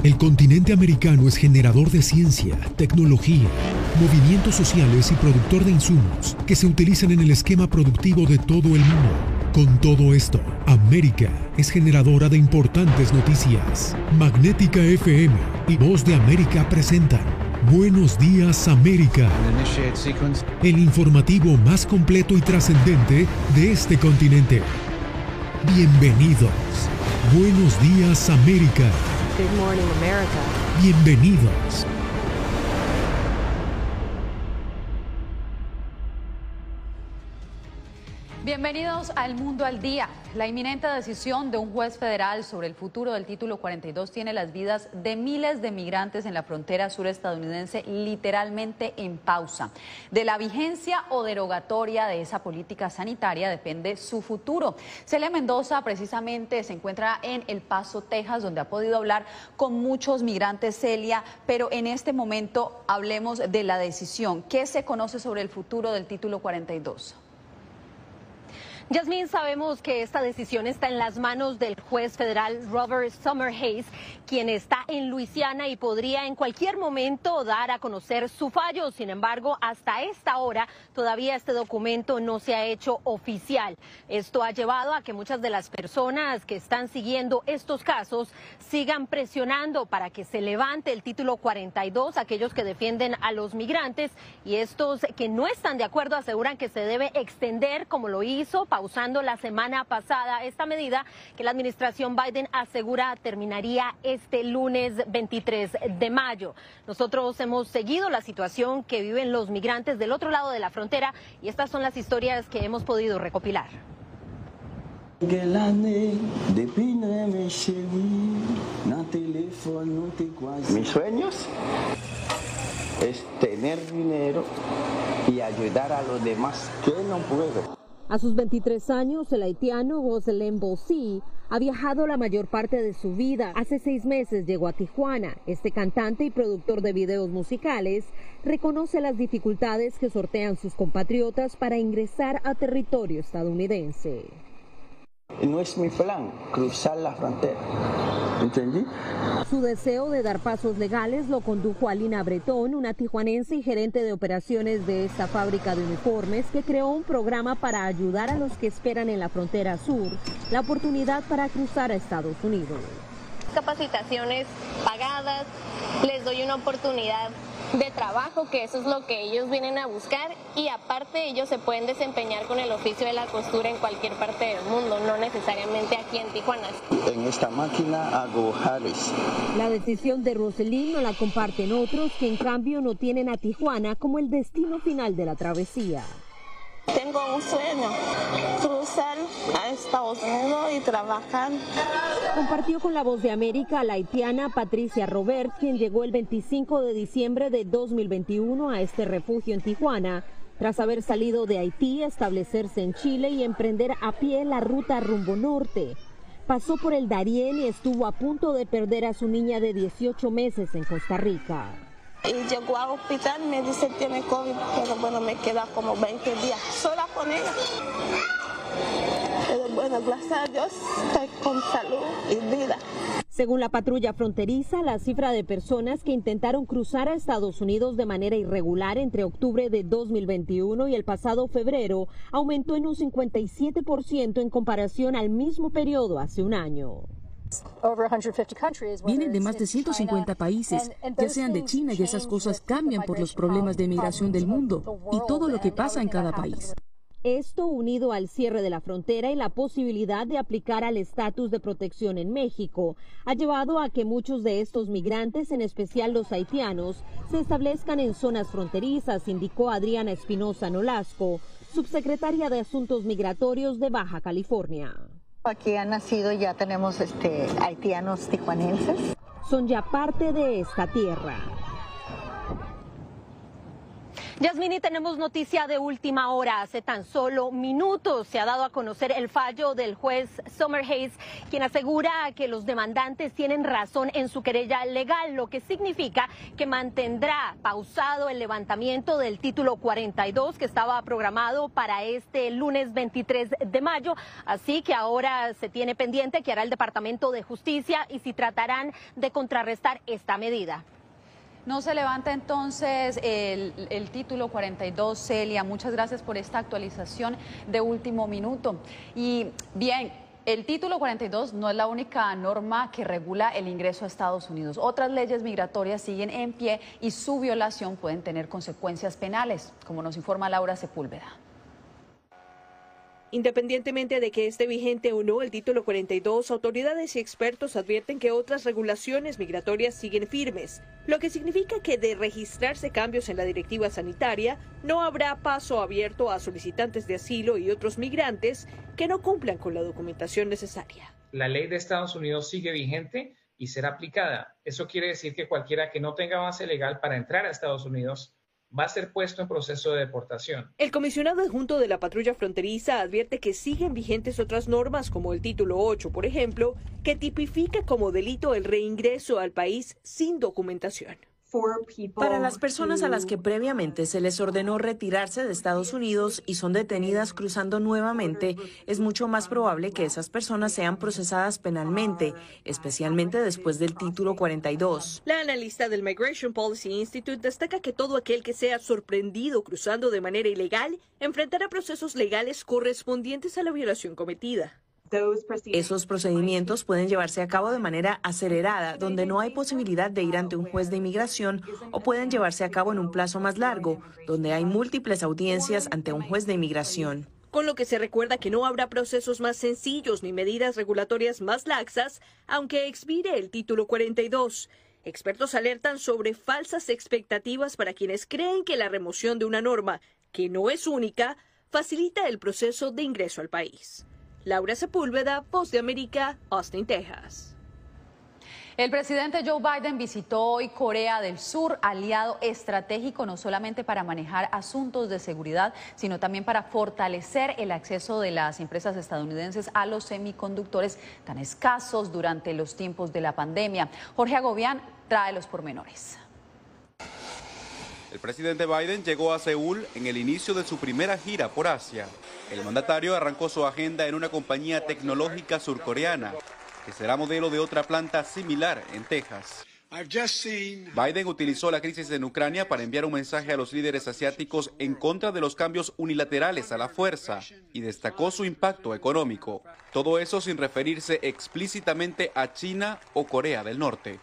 El continente americano es generador de ciencia, tecnología, movimientos sociales y productor de insumos que se utilizan en el esquema productivo de todo el mundo. Con todo esto, América es generadora de importantes noticias. Magnética FM y Voz de América presentan Buenos Días América, el informativo más completo y trascendente de este continente. Bienvenidos. Buenos Días América. Good morning, America. Bienvenidos. Bienvenidos al Mundo al Día. La inminente decisión de un juez federal sobre el futuro del Título 42 tiene las vidas de miles de migrantes en la frontera sur estadounidense literalmente en pausa. De la vigencia o derogatoria de esa política sanitaria depende su futuro. Celia Mendoza precisamente se encuentra en El Paso, Texas, donde ha podido hablar con muchos migrantes, Celia, pero en este momento hablemos de la decisión. ¿Qué se conoce sobre el futuro del Título 42? Yasmín, sabemos que esta decisión está en las manos del juez federal Robert Summerhays, quien está en Luisiana y podría en cualquier momento dar a conocer su fallo. Sin embargo, hasta esta hora todavía este documento no se ha hecho oficial. Esto ha llevado a que muchas de las personas que están siguiendo estos casos sigan presionando para que se levante el Título 42, aquellos que defienden a los migrantes, y estos que no están de acuerdo aseguran que se debe extender, como lo hizo pausando la semana pasada esta medida que la administración Biden asegura terminaría este lunes 23 de mayo. Nosotros hemos seguido la situación que viven los migrantes del otro lado de la frontera y estas son las historias que hemos podido recopilar. Mis sueños es tener dinero y ayudar a los demás que no pueden. A sus 23 años, el haitiano Ghoselin Bossy ha viajado la mayor parte de su vida. Hace 6 meses llegó a Tijuana. Este cantante y productor de videos musicales reconoce las dificultades que sortean sus compatriotas para ingresar a territorio estadounidense. No es mi plan cruzar la frontera, ¿entendí? Su deseo de dar pasos legales lo condujo a Lina Bretón, una tijuanense y gerente de operaciones de esta fábrica de uniformes que creó un programa para ayudar a los que esperan en la frontera sur la oportunidad para cruzar a Estados Unidos. Capacitaciones pagadas, les doy una oportunidad de trabajo, que eso es lo que ellos vienen a buscar, y aparte ellos se pueden desempeñar con el oficio de la costura en cualquier parte del mundo, no necesariamente aquí en Tijuana. En esta máquina hago jarres. La decisión de Ghoselin no la comparten otros que en cambio no tienen a Tijuana como el destino final de la travesía. Tengo un sueño, cruzar a Estados Unidos y trabajar. Compartió con La Voz de América a la haitiana Patricia Robert, quien llegó el 25 de diciembre de 2021 a este refugio en Tijuana, tras haber salido de Haití, establecerse en Chile y emprender a pie la ruta rumbo norte. Pasó por el Darién y estuvo a punto de perder a su niña de 18 meses en Costa Rica. Y llegó al hospital, me dice tiene COVID, pero bueno, me queda como 20 días sola con ella. Pero bueno, gracias a Dios, estoy con salud y vida. Según la patrulla fronteriza, la cifra de personas que intentaron cruzar a Estados Unidos de manera irregular entre octubre de 2021 y el pasado febrero aumentó en un 57% en comparación al mismo periodo hace un año. Vienen de más de 150 países, ya sean de China, y esas cosas cambian por los problemas de migración del mundo y todo lo que pasa en cada país. Esto, unido al cierre de la frontera y la posibilidad de aplicar al estatus de protección en México, ha llevado a que muchos de estos migrantes, en especial los haitianos, se establezcan en zonas fronterizas, indicó Adriana Espinosa Nolasco, subsecretaria de Asuntos Migratorios de Baja California. Aquí han nacido, ya tenemos haitianos tijuanenses. Son ya parte de esta tierra. Yasmini, tenemos noticia de última hora. Hace tan solo minutos se ha dado a conocer el fallo del juez Summer Hayes, quien asegura que los demandantes tienen razón en su querella legal, lo que significa que mantendrá pausado el levantamiento del título 42 que estaba programado para este lunes 23 de mayo. Así que ahora se tiene pendiente qué hará el Departamento de Justicia y si tratarán de contrarrestar esta medida. No se levanta entonces el título 42, Celia. Muchas gracias por esta actualización de último minuto. Y bien, el título 42 no es la única norma que regula el ingreso a Estados Unidos. Otras leyes migratorias siguen en pie y su violación pueden tener consecuencias penales, como nos informa Laura Sepúlveda. Independientemente de que esté vigente o no el título 42, autoridades y expertos advierten que otras regulaciones migratorias siguen firmes, lo que significa que de registrarse cambios en la directiva sanitaria, no habrá paso abierto a solicitantes de asilo y otros migrantes que no cumplan con la documentación necesaria. La ley de Estados Unidos sigue vigente y será aplicada. Eso quiere decir que cualquiera que no tenga base legal para entrar a Estados Unidos va a ser puesto en proceso de deportación. El comisionado adjunto de la patrulla fronteriza advierte que siguen vigentes otras normas, como el título 8, por ejemplo, que tipifica como delito el reingreso al país sin documentación. Para las personas a las que previamente se les ordenó retirarse de Estados Unidos y son detenidas cruzando nuevamente, es mucho más probable que esas personas sean procesadas penalmente, especialmente después del título 42. La analista del Migration Policy Institute destaca que todo aquel que sea sorprendido cruzando de manera ilegal enfrentará procesos legales correspondientes a la violación cometida. Esos procedimientos pueden llevarse a cabo de manera acelerada, donde no hay posibilidad de ir ante un juez de inmigración, o pueden llevarse a cabo en un plazo más largo, donde hay múltiples audiencias ante un juez de inmigración. Con lo que se recuerda que no habrá procesos más sencillos ni medidas regulatorias más laxas, aunque expire el título 42. Expertos alertan sobre falsas expectativas para quienes creen que la remoción de una norma, que no es única, facilita el proceso de ingreso al país. Laura Sepúlveda, Voz de América, Austin, Texas. El presidente Joe Biden visitó hoy Corea del Sur, aliado estratégico no solamente para manejar asuntos de seguridad, sino también para fortalecer el acceso de las empresas estadounidenses a los semiconductores tan escasos durante los tiempos de la pandemia. Jorge Agobián trae los pormenores. El presidente Biden llegó a Seúl en el inicio de su primera gira por Asia. El mandatario arrancó su agenda en una compañía tecnológica surcoreana, que será modelo de otra planta similar en Texas. Biden utilizó la crisis en Ucrania para enviar un mensaje a los líderes asiáticos en contra de los cambios unilaterales a la fuerza y destacó su impacto económico. Todo eso sin referirse explícitamente a China o Corea del Norte.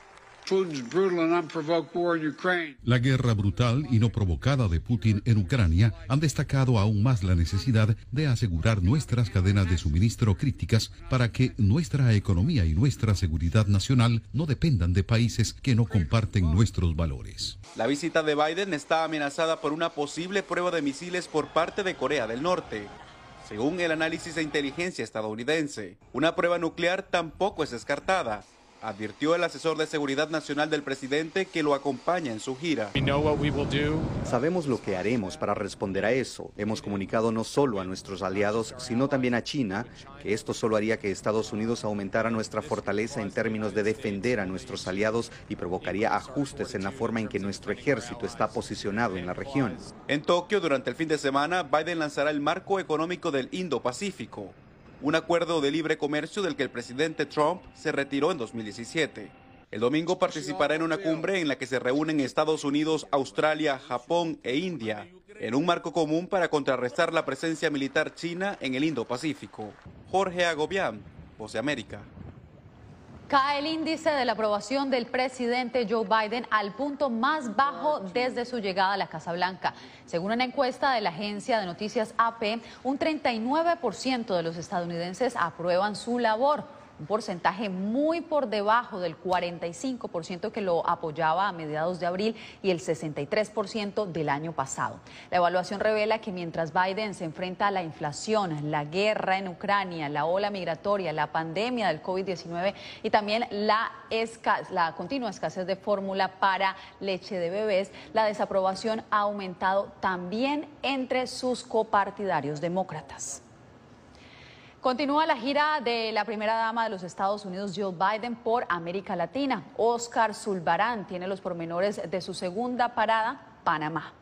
La guerra brutal y no provocada de Putin en Ucrania han destacado aún más la necesidad de asegurar nuestras cadenas de suministro críticas para que nuestra economía y nuestra seguridad nacional no dependan de países que no comparten nuestros valores. La visita de Biden está amenazada por una posible prueba de misiles por parte de Corea del Norte. Según el análisis de inteligencia estadounidense, una prueba nuclear tampoco es descartada, advirtió el asesor de seguridad nacional del presidente que lo acompaña en su gira. Sabemos lo que haremos para responder a eso. Hemos comunicado no solo a nuestros aliados, sino también a China, que esto solo haría que Estados Unidos aumentara nuestra fortaleza en términos de defender a nuestros aliados y provocaría ajustes en la forma en que nuestro ejército está posicionado en la región. En Tokio, durante el fin de semana, Biden lanzará el marco económico del Indo-Pacífico, un acuerdo de libre comercio del que el presidente Trump se retiró en 2017. El domingo participará en una cumbre en la que se reúnen Estados Unidos, Australia, Japón e India, en un marco común para contrarrestar la presencia militar china en el Indo-Pacífico. Jorge Agobián, Voz de América. Cae el índice de la aprobación del presidente Joe Biden al punto más bajo desde su llegada a la Casa Blanca. Según una encuesta de la agencia de noticias AP, un 39% de los estadounidenses aprueban su labor, un porcentaje muy por debajo del 45% que lo apoyaba a mediados de abril y el 63% del año pasado. La evaluación revela que mientras Biden se enfrenta a la inflación, la guerra en Ucrania, la ola migratoria, la pandemia del COVID-19 y también la continua escasez de fórmula para leche de bebés, la desaprobación ha aumentado también entre sus copartidarios demócratas. Continúa la gira de la primera dama de los Estados Unidos, Jill Biden, por América Latina. Oscar Zulbarán tiene los pormenores de su segunda parada, Panamá.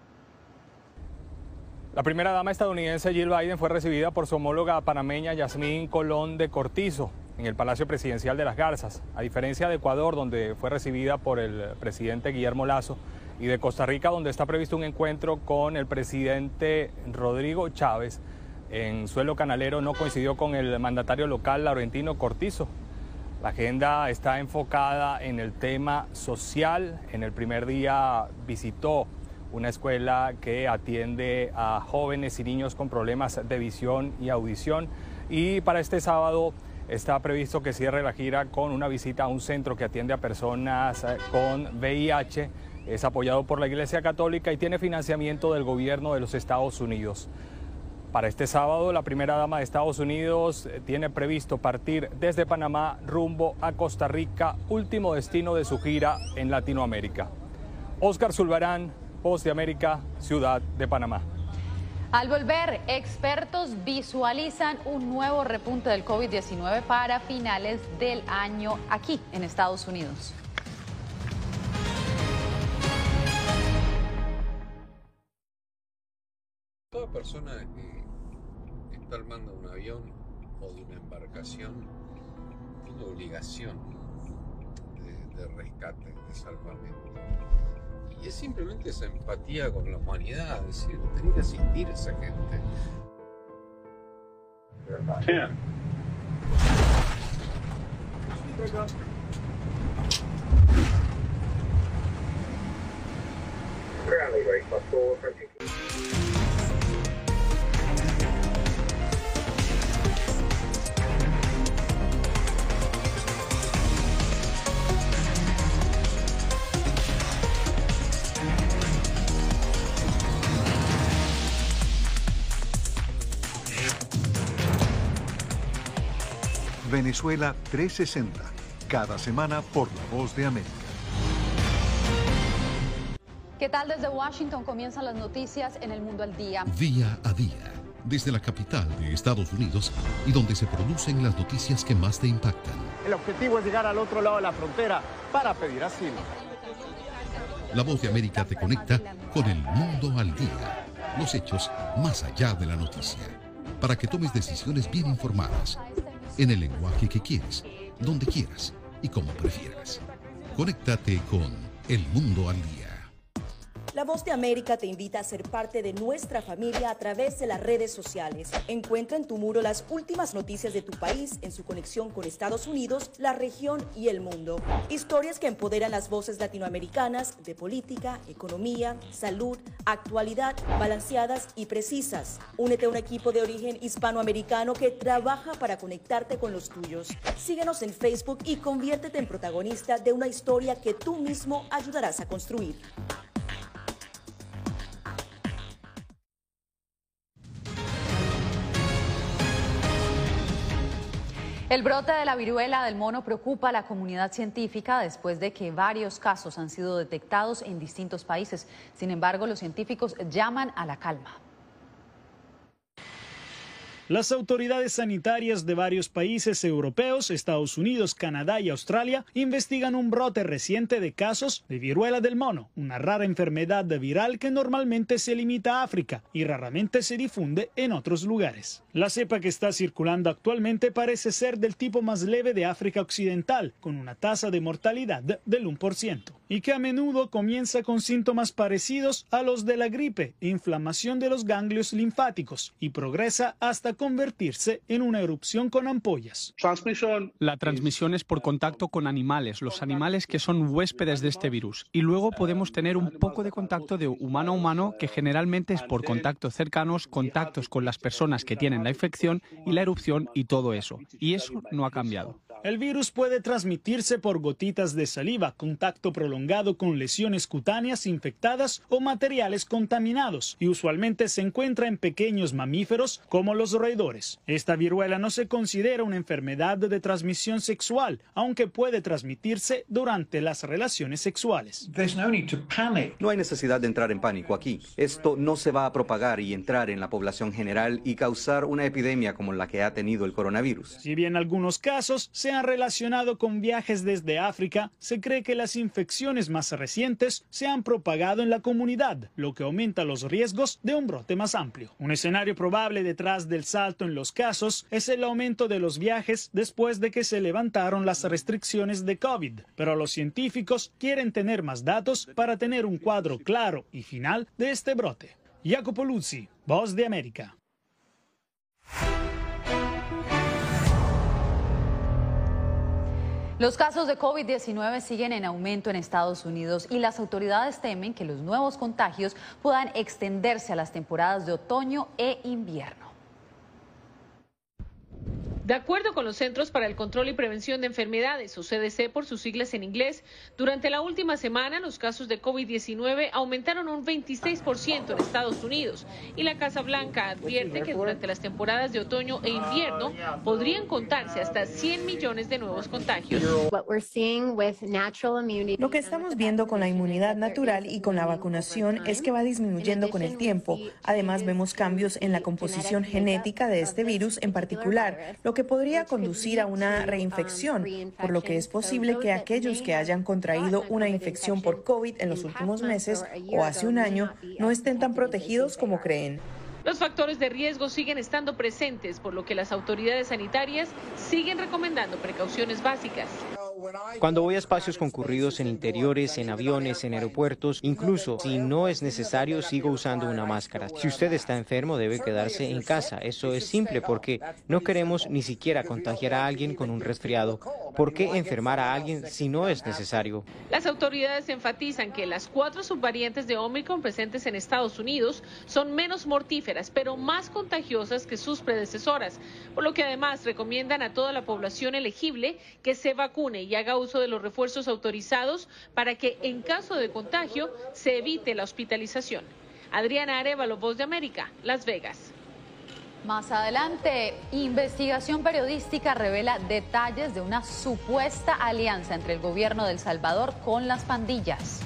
La primera dama estadounidense Jill Biden fue recibida por su homóloga panameña Yasmín Colón de Cortizo en el Palacio Presidencial de las Garzas. A diferencia de Ecuador, donde fue recibida por el presidente Guillermo Lasso, y de Costa Rica, donde está previsto un encuentro con el presidente Rodrigo Chávez, en suelo canalero no coincidió con el mandatario local Laurentino Cortizo. La agenda está enfocada en el tema social. En el primer día visitó una escuela que atiende a jóvenes y niños con problemas de visión y audición. Y para este sábado está previsto que cierre la gira con una visita a un centro que atiende a personas con VIH. Es apoyado por la Iglesia Católica y tiene financiamiento del gobierno de los Estados Unidos. Para este sábado, la primera dama de Estados Unidos tiene previsto partir desde Panamá rumbo a Costa Rica, último destino de su gira en Latinoamérica. Oscar Zulbarán, Voz de América, Ciudad de Panamá. Al volver, expertos visualizan un nuevo repunte del COVID-19 para finales del año aquí en Estados Unidos. Toda persona que está armando un avión o de una embarcación tiene obligación de rescate, de salvamento. Y es simplemente esa empatía con la humanidad, es decir, tenés que asistir a esa gente. Venezuela 360, cada semana por La Voz de América. ¿Qué tal? Desde Washington comienzan las noticias en El Mundo al Día. Día a día, desde la capital de Estados Unidos y donde se producen las noticias que más te impactan. El objetivo es llegar al otro lado de la frontera para pedir asilo. La Voz de América te conecta con El Mundo al Día, los hechos más allá de la noticia, para que tomes decisiones bien informadas, en el lenguaje que quieres, donde quieras y como prefieras. Conéctate con El Mundo al Día. La Voz de América te invita a ser parte de nuestra familia a través de las redes sociales. Encuentra en tu muro las últimas noticias de tu país en su conexión con Estados Unidos, la región y el mundo. Historias que empoderan las voces latinoamericanas de política, economía, salud, actualidad, balanceadas y precisas. Únete a un equipo de origen hispanoamericano que trabaja para conectarte con los tuyos. Síguenos en Facebook y conviértete en protagonista de una historia que tú mismo ayudarás a construir. El brote de la viruela del mono preocupa a la comunidad científica después de que varios casos han sido detectados en distintos países. Sin embargo, los científicos llaman a la calma. Las autoridades sanitarias de varios países europeos, Estados Unidos, Canadá y Australia investigan un brote reciente de casos de viruela del mono, una rara enfermedad viral que normalmente se limita a África y raramente se difunde en otros lugares. La cepa que está circulando actualmente parece ser del tipo más leve de África Occidental, con una tasa de mortalidad del 1%, y que a menudo comienza con síntomas parecidos a los de la gripe, inflamación de los ganglios linfáticos, y progresa hasta convertirse en una erupción con ampollas. La transmisión es por contacto con animales, los animales que son huéspedes de este virus, y luego podemos tener un poco de contacto de humano a humano, que generalmente es por contactos cercanos, contactos con las personas que tienen la infección y la erupción y todo eso. Y eso no ha cambiado. El virus puede transmitirse por gotitas de saliva, contacto prolongado con lesiones cutáneas infectadas o materiales contaminados, y usualmente se encuentra en pequeños mamíferos como los roedores. Esta viruela no se considera una enfermedad de transmisión sexual, aunque puede transmitirse durante las relaciones sexuales. No hay necesidad de entrar en pánico aquí. Esto no se va a propagar y entrar en la población general y causar una epidemia como la que ha tenido el coronavirus. Si bien algunos casos se han relacionado con viajes desde África, se cree que las infecciones más recientes se han propagado en la comunidad, lo que aumenta los riesgos de un brote más amplio. Un escenario probable detrás del salto en los casos es el aumento de los viajes después de que se levantaron las restricciones de COVID, pero los científicos quieren tener más datos para tener un cuadro claro y final de este brote. Jacopo Luzzi, Voz de América. Los casos de COVID-19 siguen en aumento en Estados Unidos y las autoridades temen que los nuevos contagios puedan extenderse a las temporadas de otoño e invierno. De acuerdo con los Centros para el Control y Prevención de Enfermedades, o CDC por sus siglas en inglés, durante la última semana los casos de COVID-19 aumentaron un 26% en Estados Unidos y la Casa Blanca advierte que durante las temporadas de otoño e invierno podrían contarse hasta 100 millones de nuevos contagios. Lo que estamos viendo con la inmunidad natural y con la vacunación es que va disminuyendo con el tiempo. Además, vemos cambios en la composición genética de este virus en particular, lo que podría conducir a una reinfección, por lo que es posible que aquellos que hayan contraído una infección por COVID en los últimos meses o hace un año no estén tan protegidos como creen. Los factores de riesgo siguen estando presentes, por lo que las autoridades sanitarias siguen recomendando precauciones básicas. Cuando voy a espacios concurridos en interiores, en aviones, en aeropuertos, incluso si no es necesario, sigo usando una máscara. Si usted está enfermo, debe quedarse en casa. Eso es simple porque no queremos ni siquiera contagiar a alguien con un resfriado. ¿Por qué enfermar a alguien si no es necesario? Las autoridades enfatizan que las 4 subvariantes de Omicron presentes en Estados Unidos son menos mortíferas, pero más contagiosas que sus predecesoras, por lo que además recomiendan a toda la población elegible que se vacune y haga uso de los refuerzos autorizados para que en caso de contagio se evite la hospitalización. Adriana Arévalo, Voz de América, Las Vegas. Más adelante, investigación periodística revela detalles de una supuesta alianza entre el gobierno de El Salvador con las pandillas.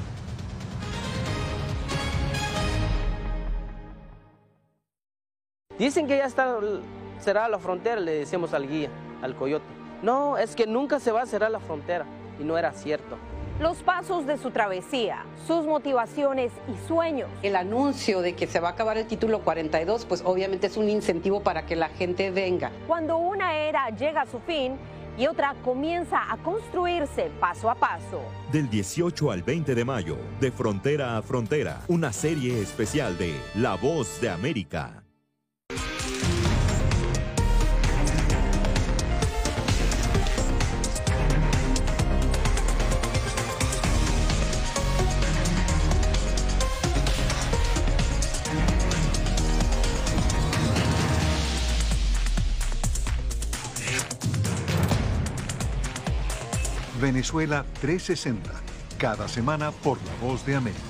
Dicen que ya está cerrada la frontera, le decimos al guía, al coyote. No, es que nunca se va a cerrar la frontera, y no era cierto. Los pasos de su travesía, sus motivaciones y sueños. El anuncio de que se va a acabar el título 42, pues obviamente es un incentivo para que la gente venga. Cuando una era llega a su fin y otra comienza a construirse paso a paso. Del 18 al 20 de mayo, de Frontera a Frontera, una serie especial de La Voz de América. Venezuela 360, cada semana por La Voz de América.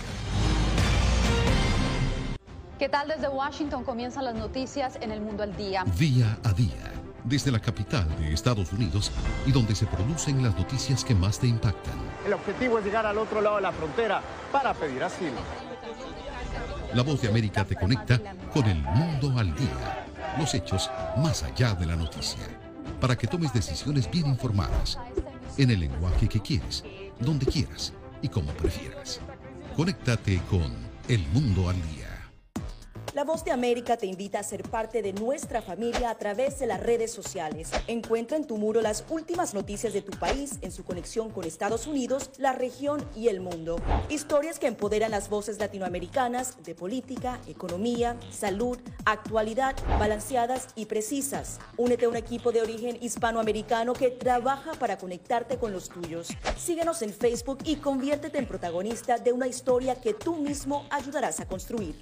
¿Qué tal? Desde Washington comienzan las noticias en El Mundo al Día. Día a día, desde la capital de Estados Unidos y donde se producen las noticias que más te impactan. El objetivo es llegar al otro lado de la frontera para pedir asilo. La Voz de América te conecta con El Mundo al Día, los hechos más allá de la noticia, para que tomes decisiones bien informadas, en el lenguaje que quieres, donde quieras y como prefieras. Conéctate con El Mundo al Día. La Voz de América te invita a ser parte de nuestra familia a través de las redes sociales. Encuentra en tu muro las últimas noticias de tu país en su conexión con Estados Unidos, la región y el mundo. Historias que empoderan las voces latinoamericanas de política, economía, salud, actualidad, balanceadas y precisas. Únete a un equipo de origen hispanoamericano que trabaja para conectarte con los tuyos. Síguenos en Facebook y conviértete en protagonista de una historia que tú mismo ayudarás a construir.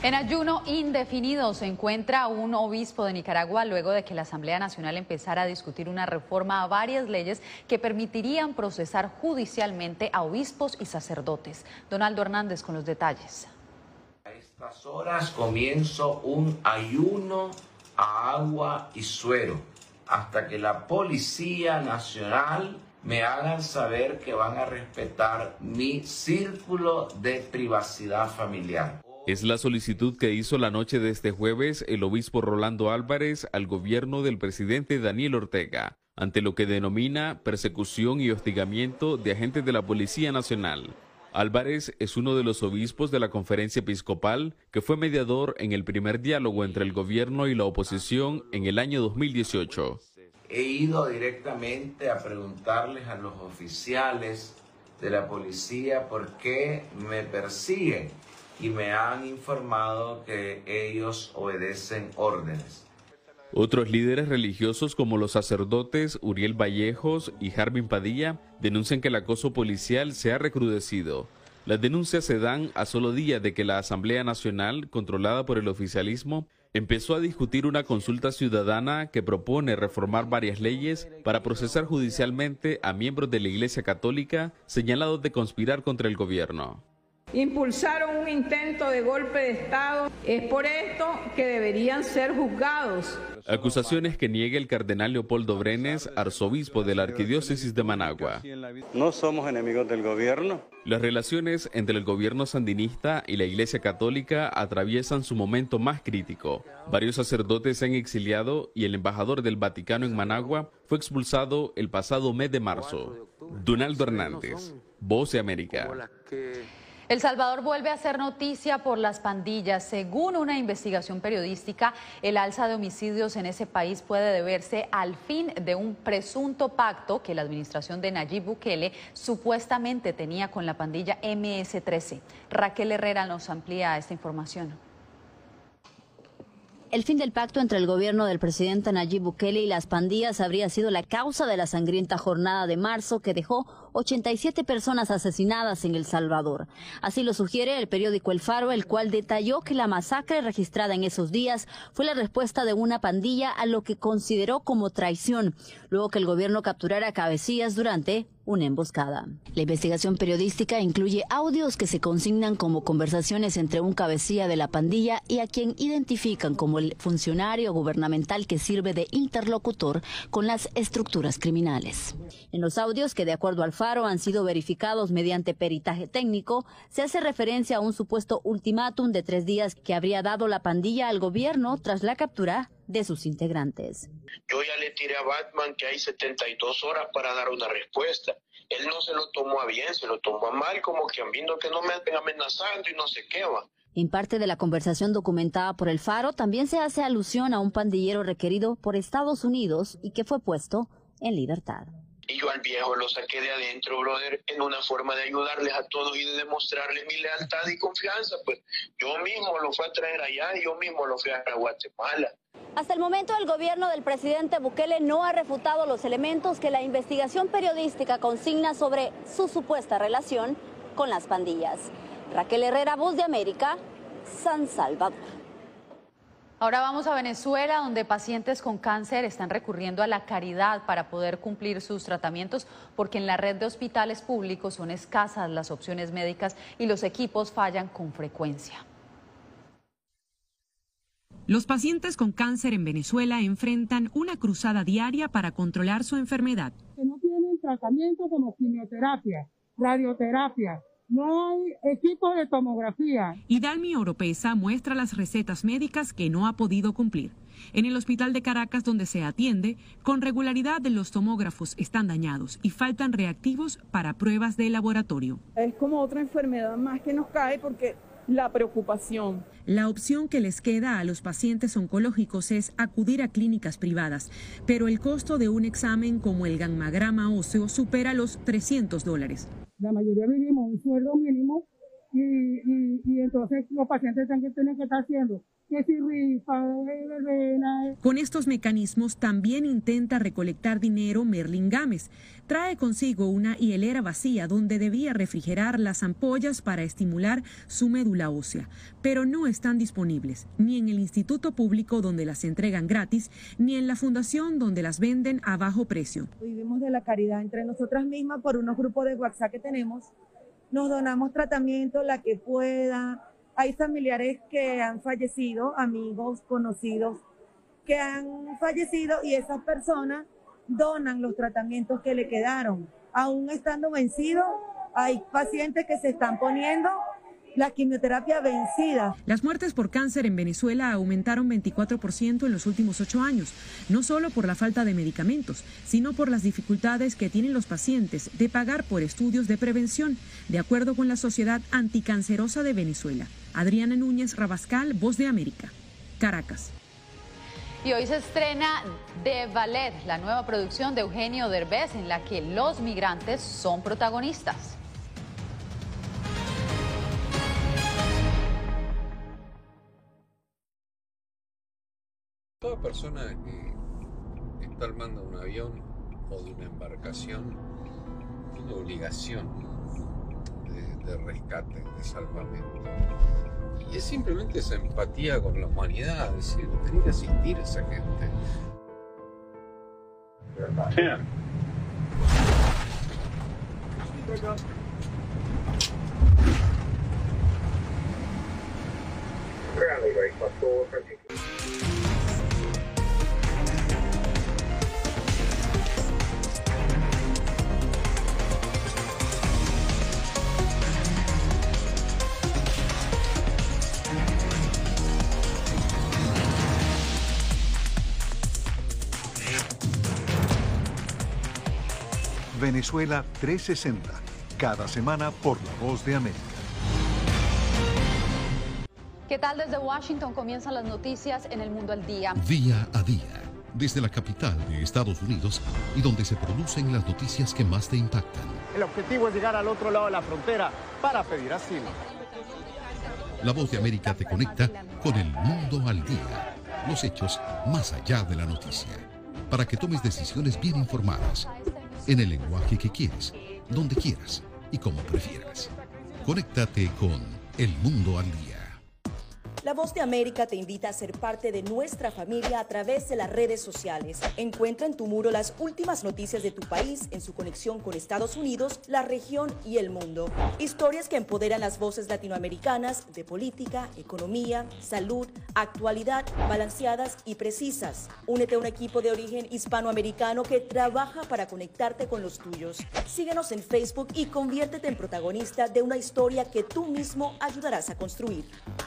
En ayuno indefinido se encuentra un obispo de Nicaragua luego de que la Asamblea Nacional empezara a discutir una reforma a varias leyes que permitirían procesar judicialmente a obispos y sacerdotes. Donaldo Hernández con los detalles. A estas horas comienzo un ayuno a agua y suero hasta que la Policía Nacional me hagan saber que van a respetar mi círculo de privacidad familiar. Es la solicitud que hizo la noche de este jueves el obispo Rolando Álvarez al gobierno del presidente Daniel Ortega, ante lo que denomina persecución y hostigamiento de agentes de la Policía Nacional. Álvarez es uno de los obispos de la Conferencia Episcopal que fue mediador en el primer diálogo entre el gobierno y la oposición en el año 2018. He ido directamente a preguntarles a los oficiales de la policía por qué me persiguen y me han informado que ellos obedecen órdenes. Otros líderes religiosos como los sacerdotes Uriel Vallejos y Jarvin Padilla denuncian que el acoso policial se ha recrudecido. Las denuncias se dan a solo días de que la Asamblea Nacional, controlada por el oficialismo, empezó a discutir una consulta ciudadana que propone reformar varias leyes para procesar judicialmente a miembros de la Iglesia Católica señalados de conspirar contra el gobierno. Impulsaron un intento de golpe de Estado. Es por esto que deberían ser juzgados. Acusaciones que niega el cardenal Leopoldo Brenes, arzobispo de la Arquidiócesis de Managua. No somos enemigos del gobierno. Las relaciones entre el gobierno sandinista y la Iglesia Católica atraviesan su momento más crítico. Varios sacerdotes se han exiliado y el embajador del Vaticano en Managua fue expulsado el pasado mes de marzo. Donaldo Hernández, Voz de América. El Salvador vuelve a ser noticia por las pandillas. Según una investigación periodística, el alza de homicidios en ese país puede deberse al fin de un presunto pacto que la administración de Nayib Bukele supuestamente tenía con la pandilla MS-13. Raquel Herrera nos amplía esta información. El fin del pacto entre el gobierno del presidente Nayib Bukele y las pandillas habría sido la causa de la sangrienta jornada de marzo que dejó 87 personas asesinadas en El Salvador. Así lo sugiere el periódico El Faro, el cual detalló que la masacre registrada en esos días fue la respuesta de una pandilla a lo que consideró como traición, luego que el gobierno capturara a cabecillas durante una emboscada. La investigación periodística incluye audios que se consignan como conversaciones entre un cabecilla de la pandilla y a quien identifican como el funcionario gubernamental que sirve de interlocutor con las estructuras criminales. En los audios, que de acuerdo al Faro han sido verificados mediante peritaje técnico, se hace referencia a un supuesto ultimátum de 3 días que habría dado la pandilla al gobierno tras la captura de sus integrantes. Yo ya le tiré a Batman que hay 72 horas para dar una respuesta. Él no se lo tomó a bien, se lo tomó a mal, como que viendo que no me estén amenazando y no sé qué va. En parte de la conversación documentada por El Faro, también se hace alusión a un pandillero requerido por Estados Unidos y que fue puesto en libertad. Y yo al viejo lo saqué de adentro, brother, en una forma de ayudarles a todos y de demostrarles mi lealtad y confianza. Pues yo mismo lo fui a traer allá y yo mismo lo fui a Guatemala. Hasta el momento, el gobierno del presidente Bukele no ha refutado los elementos que la investigación periodística consigna sobre su supuesta relación con las pandillas. Raquel Herrera, Voz de América, San Salvador. Ahora vamos a Venezuela, donde pacientes con cáncer están recurriendo a la caridad para poder cumplir sus tratamientos, porque en la red de hospitales públicos son escasas las opciones médicas y los equipos fallan con frecuencia. Los pacientes con cáncer en Venezuela enfrentan una cruzada diaria para controlar su enfermedad. Que no tienen tratamiento como quimioterapia, radioterapia. No hay equipos de tomografía. Idalmi Oropesa muestra las recetas médicas que no ha podido cumplir. En el hospital de Caracas, donde se atiende, con regularidad los tomógrafos están dañados y faltan reactivos para pruebas de laboratorio. Es como otra enfermedad más que nos cae porque la preocupación. La opción que les queda a los pacientes oncológicos es acudir a clínicas privadas, pero el costo de un examen como el gammagrama óseo supera los $300. La mayoría vivimos un sueldo mínimo y entonces los pacientes tienen que estar haciendo que si rifa, verbena. Con estos mecanismos también intenta recolectar dinero Merlin Gámez. Trae consigo una hielera vacía donde debía refrigerar las ampollas para estimular su médula ósea, pero no están disponibles ni en el instituto público donde las entregan gratis, ni en la fundación donde las venden a bajo precio. Vivimos de la caridad entre nosotras mismas por unos grupos de WhatsApp que tenemos. Nos donamos tratamiento, la que pueda. Hay familiares que han fallecido, amigos, conocidos, que han fallecido y esas personas donan los tratamientos que le quedaron. Aún estando vencidos, hay pacientes que se están poniendo la quimioterapia vencida. Las muertes por cáncer en Venezuela aumentaron 24% en los últimos 8 años, no solo por la falta de medicamentos, sino por las dificultades que tienen los pacientes de pagar por estudios de prevención, de acuerdo con la Sociedad Anticancerosa de Venezuela. Adriana Núñez Rabascal, Voz de América, Caracas. Y hoy se estrena The Ballet, la nueva producción de Eugenio Derbez, en la que los migrantes son protagonistas. Toda persona que está al mando de un avión o de una embarcación tiene obligación de rescate, de salvamento. Y es simplemente esa empatía con la humanidad, es decir, tener que asistir a esa gente. Yeah. Venezuela 360, cada semana por La Voz de América. ¿Qué tal? Desde Washington comienzan las noticias en El Mundo al Día. Día a día, desde la capital de Estados Unidos y donde se producen las noticias que más te impactan. El objetivo es llegar al otro lado de la frontera para pedir asilo. La Voz de América te conecta con El Mundo al Día. Los hechos más allá de la noticia. Para que tomes decisiones bien informadas. En el lenguaje que quieres, donde quieras y como prefieras. Conéctate con El Mundo al Día. La Voz de América te invita a ser parte de nuestra familia a través de las redes sociales. Encuentra en tu muro las últimas noticias de tu país en su conexión con Estados Unidos, la región y el mundo. Historias que empoderan las voces latinoamericanas de política, economía, salud, actualidad, balanceadas y precisas. Únete a un equipo de origen hispanoamericano que trabaja para conectarte con los tuyos. Síguenos en Facebook y conviértete en protagonista de una historia que tú mismo ayudarás a construir.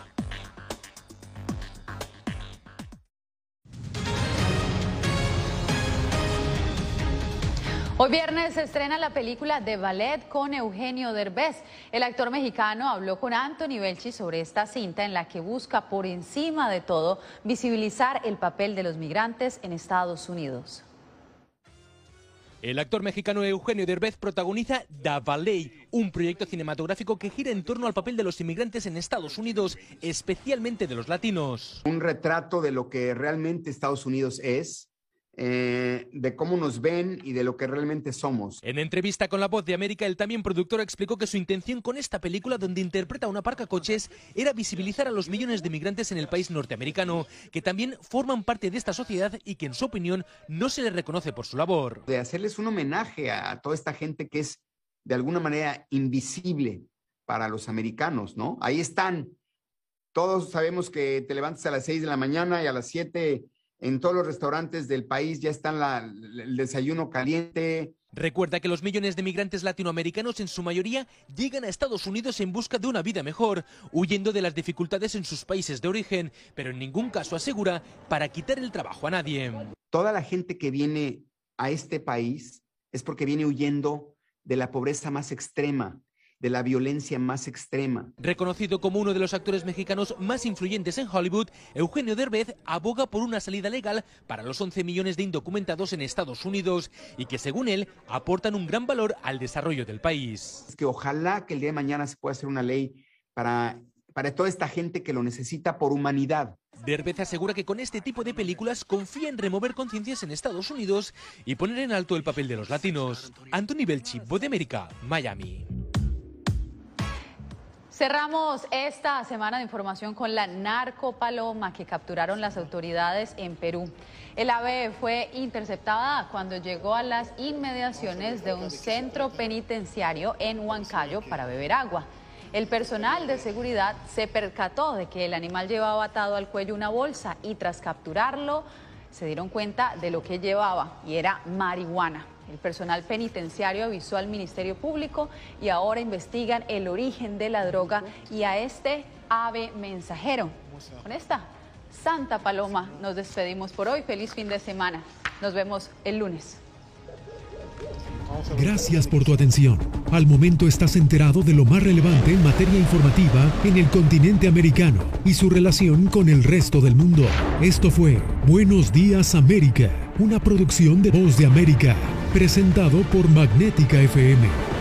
Hoy viernes se estrena la película The Ballet con Eugenio Derbez. El actor mexicano habló con Anthony Belchi sobre esta cinta en la que busca por encima de todo visibilizar el papel de los migrantes en Estados Unidos. El actor mexicano Eugenio Derbez protagoniza The Ballet, un proyecto cinematográfico que gira en torno al papel de los inmigrantes en Estados Unidos, especialmente de los latinos. Un retrato de lo que realmente Estados Unidos es. De cómo nos ven y de lo que realmente somos. En entrevista con La Voz de América, el también productor explicó que su intención con esta película, donde interpreta a un aparcacoches, era visibilizar a los millones de migrantes en el país norteamericano, que también forman parte de esta sociedad y que en su opinión no se les reconoce por su labor. De hacerles un homenaje a toda esta gente que es de alguna manera invisible para los americanos, ¿no? Ahí están. Todos sabemos que te levantas a las 6 de la mañana y a las 7... En todos los restaurantes del país ya está el desayuno caliente. Recuerda que los millones de migrantes latinoamericanos en su mayoría llegan a Estados Unidos en busca de una vida mejor, huyendo de las dificultades en sus países de origen, pero en ningún caso asegura para quitar el trabajo a nadie. Toda la gente que viene a este país es porque viene huyendo de la pobreza más extrema, de la violencia más extrema. Reconocido como uno de los actores mexicanos más influyentes en Hollywood, Eugenio Derbez aboga por una salida legal para los 11 millones de indocumentados en Estados Unidos y que, según él, aportan un gran valor al desarrollo del país. Es que ojalá que el día de mañana se pueda hacer una ley para toda esta gente que lo necesita por humanidad. Derbez asegura que con este tipo de películas confía en remover conciencias en Estados Unidos y poner en alto el papel de los latinos. Anthony Belchi, Voz de América, Miami. Cerramos esta semana de información con la narcopaloma que capturaron las autoridades en Perú. El ave fue interceptada cuando llegó a las inmediaciones de un centro penitenciario en Huancayo para beber agua. El personal de seguridad se percató de que el animal llevaba atado al cuello una bolsa y tras capturarlo se dieron cuenta de lo que llevaba y era marihuana. El personal penitenciario avisó al Ministerio Público y ahora investigan el origen de la droga y a este ave mensajero. Con esta Santa Paloma nos despedimos por hoy. Feliz fin de semana. Nos vemos el lunes. Gracias por tu atención. Al momento estás enterado de lo más relevante en materia informativa en el continente americano y su relación con el resto del mundo. Esto fue Buenos Días América, una producción de Voz de América, presentado por Magnética FM.